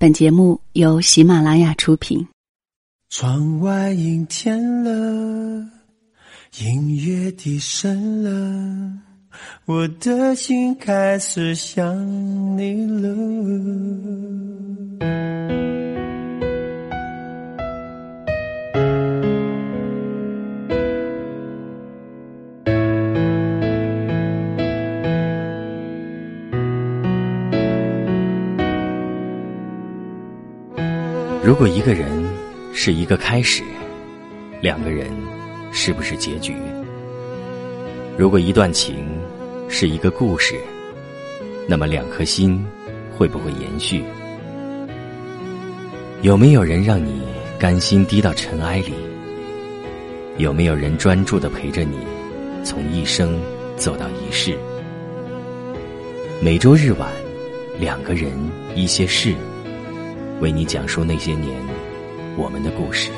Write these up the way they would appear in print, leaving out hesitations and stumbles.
本节目由喜马拉雅出品。 窗外阴天了，音乐低声了，我的心开始想你了。 如果一个人是一个开始，两个人是不是结局？如果一段情是一个故事，那么两颗心会不会延续？有没有人让你甘心低到尘埃里？有没有人专注地陪着你，从一生走到一世？每周日晚，两个人一些事，为你讲述那些年我们的故事。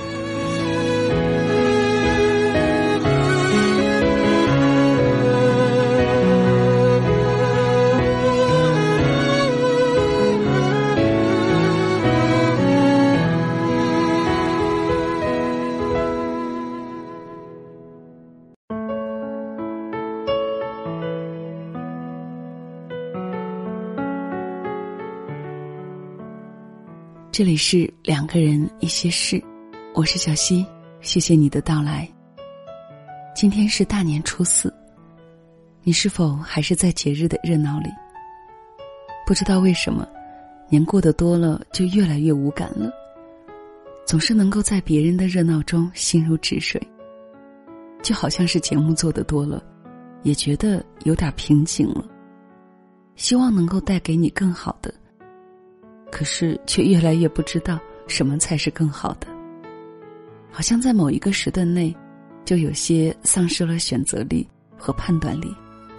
这里是两个人一些事，我是小溪，谢谢你的到来。今天是大年初四，你是否还是在节日的热闹里？不知道为什么，年过得多了就越来越无感了，总是能够在别人的热闹中心如止水，就好像是节目做得多了，也觉得有点瓶颈了，希望能够带给你更好的，可是却越来越不知道什么才是更好的，好像在某一个时段内就有些丧失了选择力和判断力。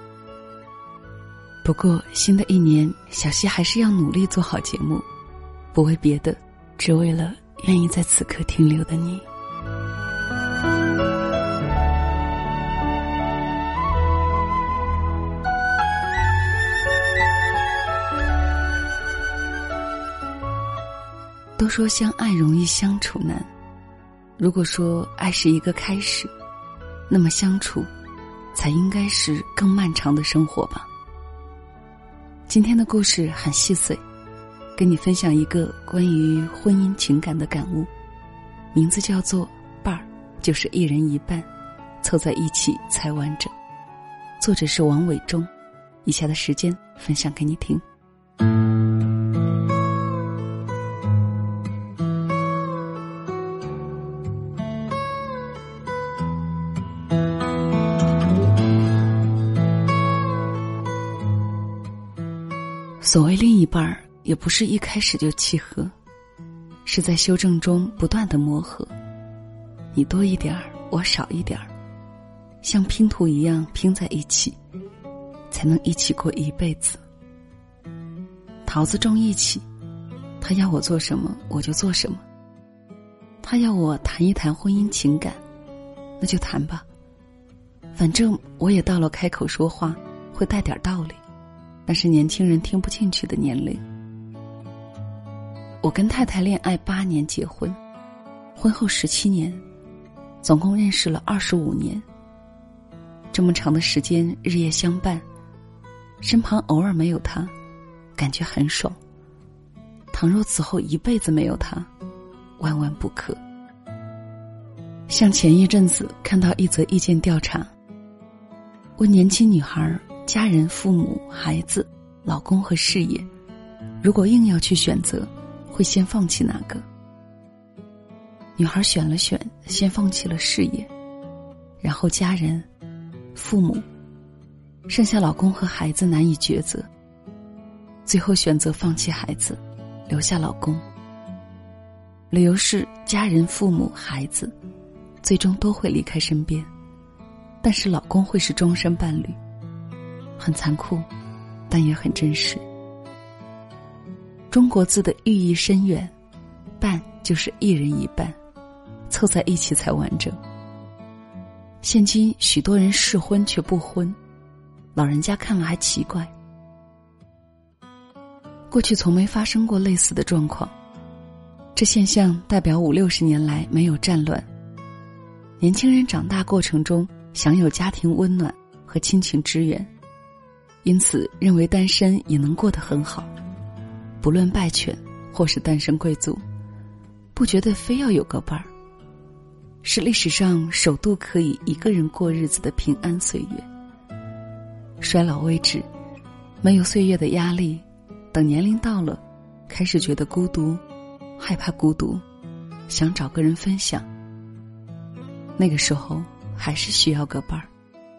不过新的一年，小溪还是要努力做好节目，不为别的，只为了愿意在此刻停留的你。都说相爱容易相处难，如果说爱是一个开始，那么相处才应该是更漫长的生活吧。今天的故事很细碎，跟你分享一个关于婚姻情感的感悟，名字叫做伴儿，就是一人一半，凑在一起才完整。作者是王伟忠，以下的时间分享给你听。所谓另一半，也不是一开始就契合，是在修正中不断的磨合，你多一点儿，我少一点儿，像拼图一样拼在一起，才能一起过一辈子。桃子种一起，他要我做什么我就做什么，他要我谈一谈婚姻情感，那就谈吧，反正我也到了开口说话会带点道理，那是年轻人听不进去的年龄。我跟太太恋爱8年结婚，婚后17年，总共认识了25年。这么长的时间日夜相伴，身旁偶尔没有他，感觉很爽。倘若此后一辈子没有他，万万不可。像前一阵子看到一则意见调查，问年轻女孩家人、父母、孩子、老公和事业，如果硬要去选择，会先放弃哪个？女孩选了选，先放弃了事业，然后家人、父母，剩下老公和孩子难以抉择，最后选择放弃孩子，留下老公。理由是家人、父母、孩子最终都会离开身边，但是老公会是终身伴侣。很残酷，但也很真实。中国字的寓意深远，伴就是一人一半，凑在一起才完整。现今许多人适婚却不婚，老人家看了还奇怪。 过去从没发生过类似的状况。这现象代表50-60年来没有战乱。年轻人长大过程中享有家庭温暖和亲情支援，因此认为单身也能过得很好，不论败犬或是单身贵族，不觉得非要有个伴儿，是历史上首度可以一个人过日子的平安岁月。衰老未至，没有岁月的压力，等年龄到了，开始觉得孤独，害怕孤独，想找个人分享，那个时候还是需要个伴儿。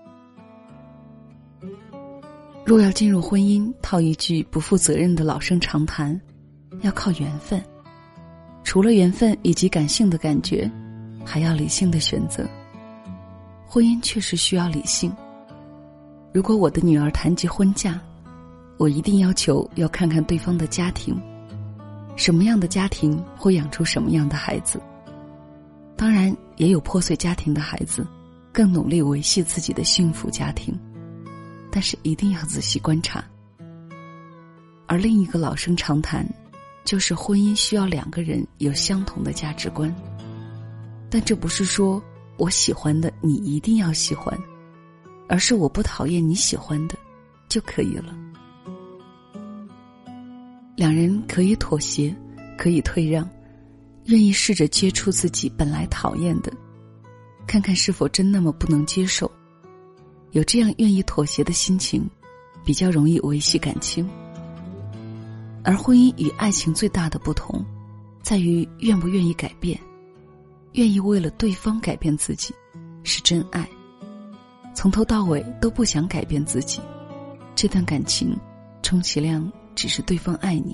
若要进入婚姻，套一句不负责任的老生常谈，要靠缘分。除了缘分以及感性的感觉，还要理性的选择。婚姻确实需要理性。如果我的女儿谈及婚嫁，我一定要求要看看对方的家庭，什么样的家庭会养出什么样的孩子。当然也有破碎家庭的孩子，更努力维系自己的幸福家庭，但是一定要仔细观察。而另一个老生常谈，就是婚姻需要2个人有相同的价值观。但这不是说我喜欢的你一定要喜欢，而是我不讨厌你喜欢的就可以了。2人可以妥协，可以退让，愿意试着接触自己本来讨厌的，看看是否真那么不能接受。有这样愿意妥协的心情，比较容易维系感情。而婚姻与爱情最大的不同，在于愿不愿意改变，愿意为了对方改变自己，是真爱。从头到尾都不想改变自己，这段感情充其量只是对方爱你。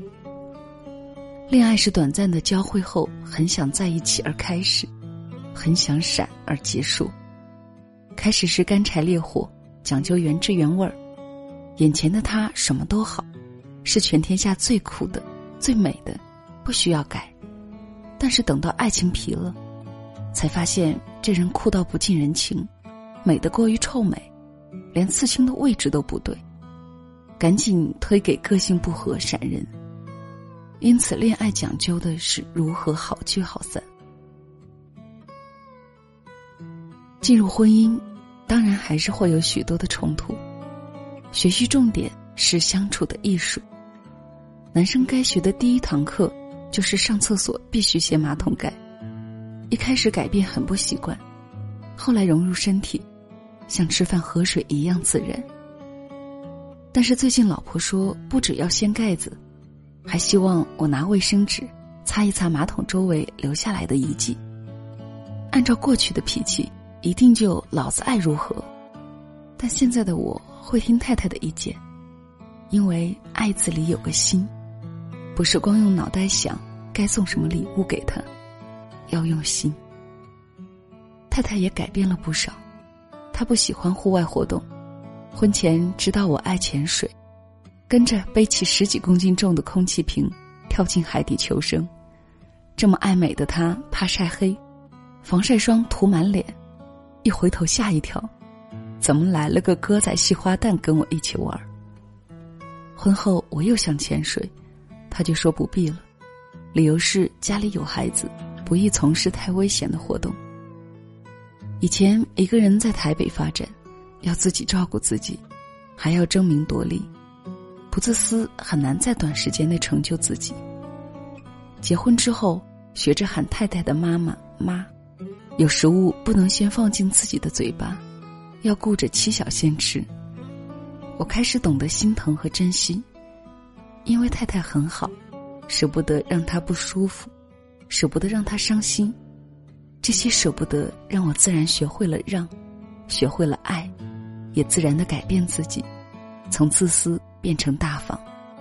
恋爱是短暂的交汇后很想在一起而开始，很想闪而结束。开始是干柴烈火，讲究原汁原味儿，眼前的他什么都好，是全天下最酷的最美的，不需要改。但是等到爱情疲了，才发现这人酷到不近人情，美得过于臭美，连刺青的位置都不对，赶紧推给个性不合闪人。因此恋爱讲究的是如何好聚好散。进入婚姻，当然还是会有许多的冲突。学习重点是相处的艺术。男生该学的第1堂课就是上厕所必须掀马桶盖。一开始改变很不习惯，后来融入身体，像吃饭喝水一样自然。但是最近老婆说，不只要掀盖子，还希望我拿卫生纸擦一擦马桶周围留下来的遗迹。按照过去的脾气，一定就老子爱如何。但现在的我会听太太的意见，因为爱字里有个心，不是光用脑袋想该送什么礼物给他，要用心。太太也改变了不少，她不喜欢户外活动，婚前知道我爱潜水，跟着背起10几公斤重的空气瓶跳进海底求生。这么爱美的她怕晒黑，防晒霜涂满脸，一回头吓一跳，怎么来了个歌仔戏花旦跟我一起玩。婚后我又想潜水，他就说不必了，理由是家里有孩子，不宜从事太危险的活动。以前一个人在台北发展，要自己照顾自己，还要争名夺利，不自私很难在短时间内成就自己。结婚之后，学着喊太太的妈妈妈，有食物不能先放进自己的嘴巴，要顾着妻小先吃。我开始懂得心疼和珍惜，因为太太很好，舍不得让她不舒服，舍不得让她伤心。这些舍不得让我自然学会了让，学会了爱，也自然地改变自己，从自私变成大方。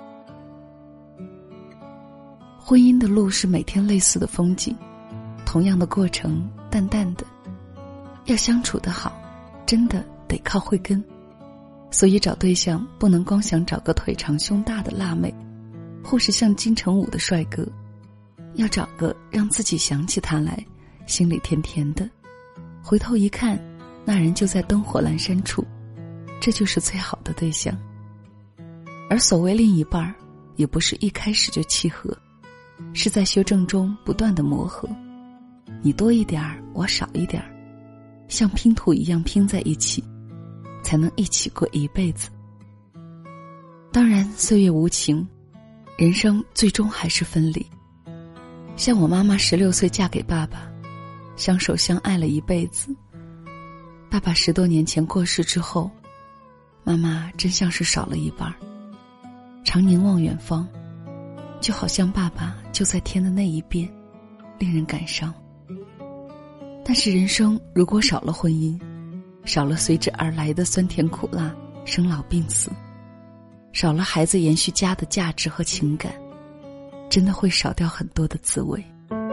婚姻的路是每天类似的风景，同样的过程，淡淡的。要相处得好，真的得靠慧根。所以找对象不能光想找个腿长胸大的辣妹，或是像金城武的帅哥，要找个让自己想起他来心里甜甜的，回头一看，那人就在灯火阑珊处，这就是最好的对象。而所谓另一半， 也不是一开始就契合，是在修正中不断的磨合。你多一点儿，我少一点儿，像拼图一样拼在一起，才能一起过一辈子。当然，岁月无情，人生最终还是分离。像我妈妈16岁嫁给爸爸，相守相爱了一辈子。爸爸10多年前过世之后，妈妈真像是少了一半，常凝望远方，就好像爸爸就在天的那一边，令人感伤。但是人生如果少了婚姻，少了随之而来的酸甜苦辣、生老病死，少了孩子延续家的价值和情感，真的会少掉很多的滋味。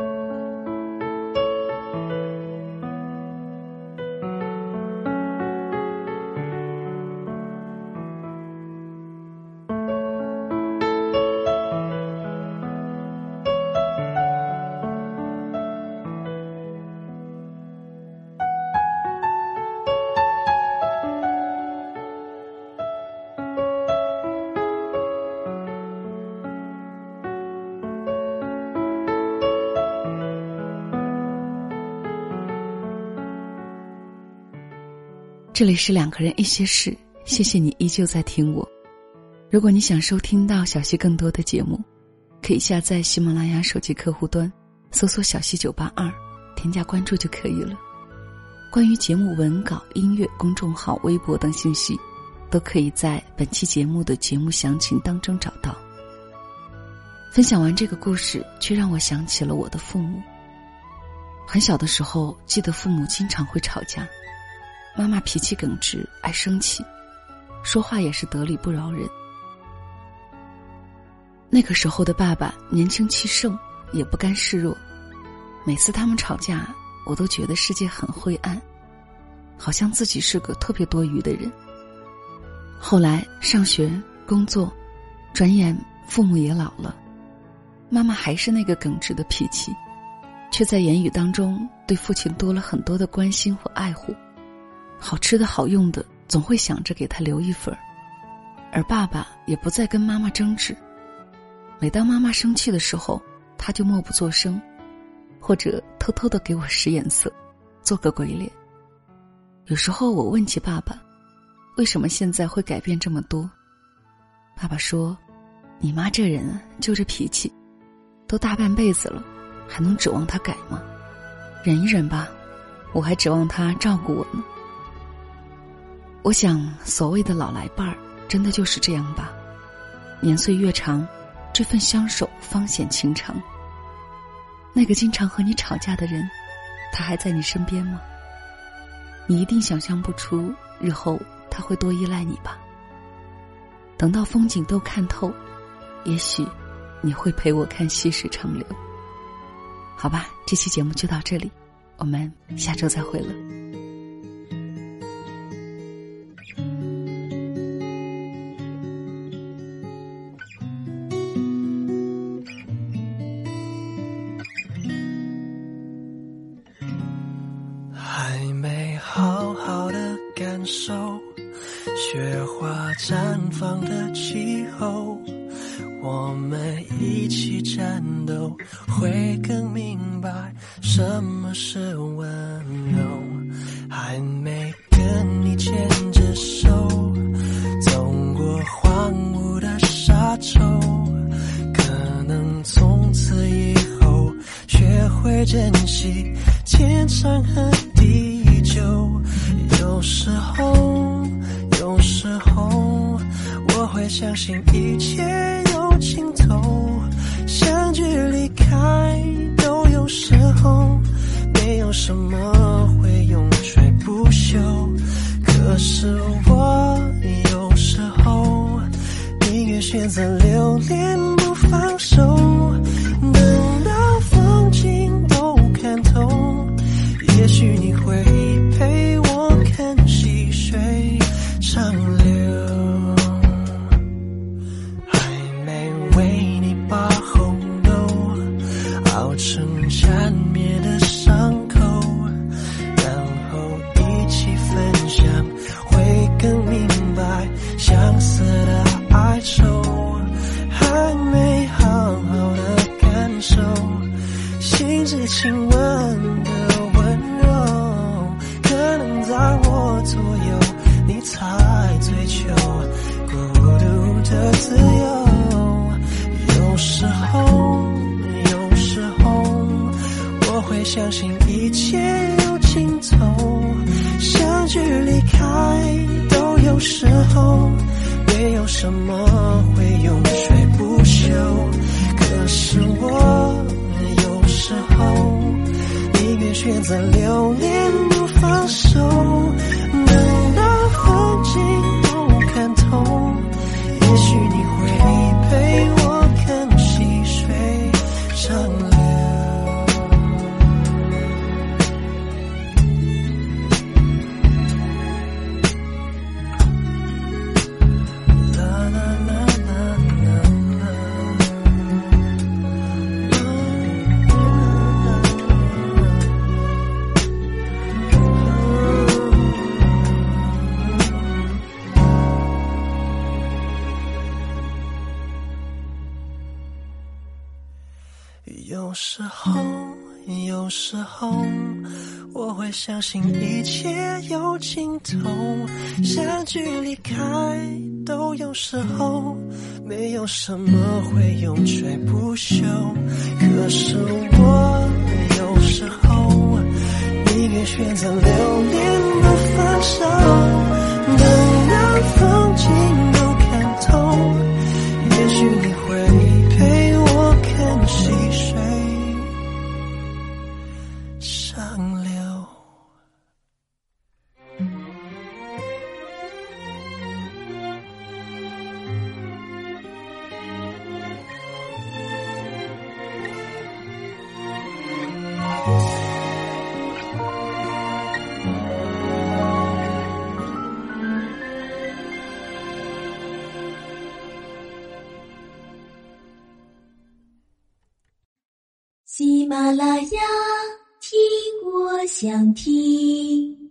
这里是2个人一些事，谢谢你依旧在听我。如果你想收听到小溪更多的节目，可以下载喜马拉雅手机客户端，搜索小溪982，添加关注就可以了。关于节目文稿、音乐、公众号、微博等信息，都可以在本期节目的节目详情当中找到。分享完这个故事，却让我想起了我的父母。很小的时候，记得父母经常会吵架，妈妈脾气耿直，爱生气，说话也是得理不饶人。那个时候的爸爸年轻气盛，也不甘示弱，每次他们吵架，我都觉得世界很灰暗，好像自己是个特别多余的人。后来上学工作，转眼父母也老了，妈妈还是那个耿直的脾气，却在言语当中对父亲多了很多的关心和爱护。好吃的好用的总会想着给他留一份，而爸爸也不再跟妈妈争执。每当妈妈生气的时候，他就默不作声，或者偷偷地给我使眼色，做个鬼脸。有时候我问起爸爸，为什么现在会改变这么多？爸爸说，你妈这人啊，就这脾气，都大半辈子了，还能指望她改吗？忍一忍吧，我还指望她照顾我呢。我想所谓的老来伴儿，真的就是这样吧。年岁越长，这份相守方显情长。那个经常和你吵架的人，他还在你身边吗？你一定想象不出日后他会多依赖你吧。等到风景都看透，也许你会陪我看细水长流。好吧，这期节目就到这里，我们下周再会了。 还没好好的感受雪花绽放的气候，我们一起战斗，会更明白什么是温柔。还没跟你牵着手走过荒芜的沙洲，可能从此以后学会珍惜天长和地久。有时候我会相信一切有尽头，相聚离开都有时候，没有什么会永垂不朽。可是我有时候宁愿选择留恋不放手，等到风景都看透，也许你会陪我看细水长流。还没为你把红豆熬成缠绵的伤口，然后一起分享，会更明白相思的哀愁。还亲吻的温柔，可能在我左右，你才追求孤独的自由。有时候我会相信一切有尽头，相聚离开都有时候，没有什么会永垂不朽。可是我有时候宁愿选择留恋不放手，等到风景都看透，也许你会陪我看细水长流。有时候我会相信一切有尽头，相聚离开都有时候，没有什么会永垂不朽。可是我有时候宁愿选择留恋不放手，等到风景都看透，也许你会陪我看细水长流。 喜马拉雅，听我想听。